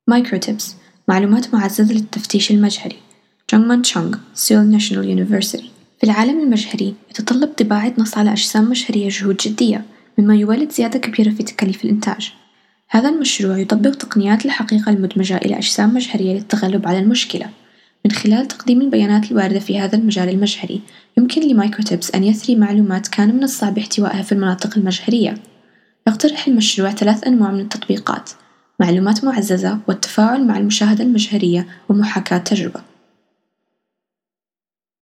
مايكروتيبس معلومات معززة للتفتيش المجهري. جونغمان تشونغ، سيول ناشونال يونيفرسيتي. في العالم المجهري يتطلب طباعة نص على أجسام مجهرية جهود جدية، مما يولد زيادة كبيرة في تكاليف الإنتاج. هذا المشروع يطبق تقنيات الحقيقة المدمجة إلى أجسام مجهرية للتغلب على المشكلة. من خلال تقديم البيانات الواردة في هذا المجال المجهري، يمكن لمايكروتيبس أن يثري معلومات كان من الصعب احتوائها في المناطق المجهرية. يقترح المشروع 3 أنواع من التطبيقات: معلومات معززة، والتفاعل مع المشاهدة المجهرية، ومحاكاة تجربة.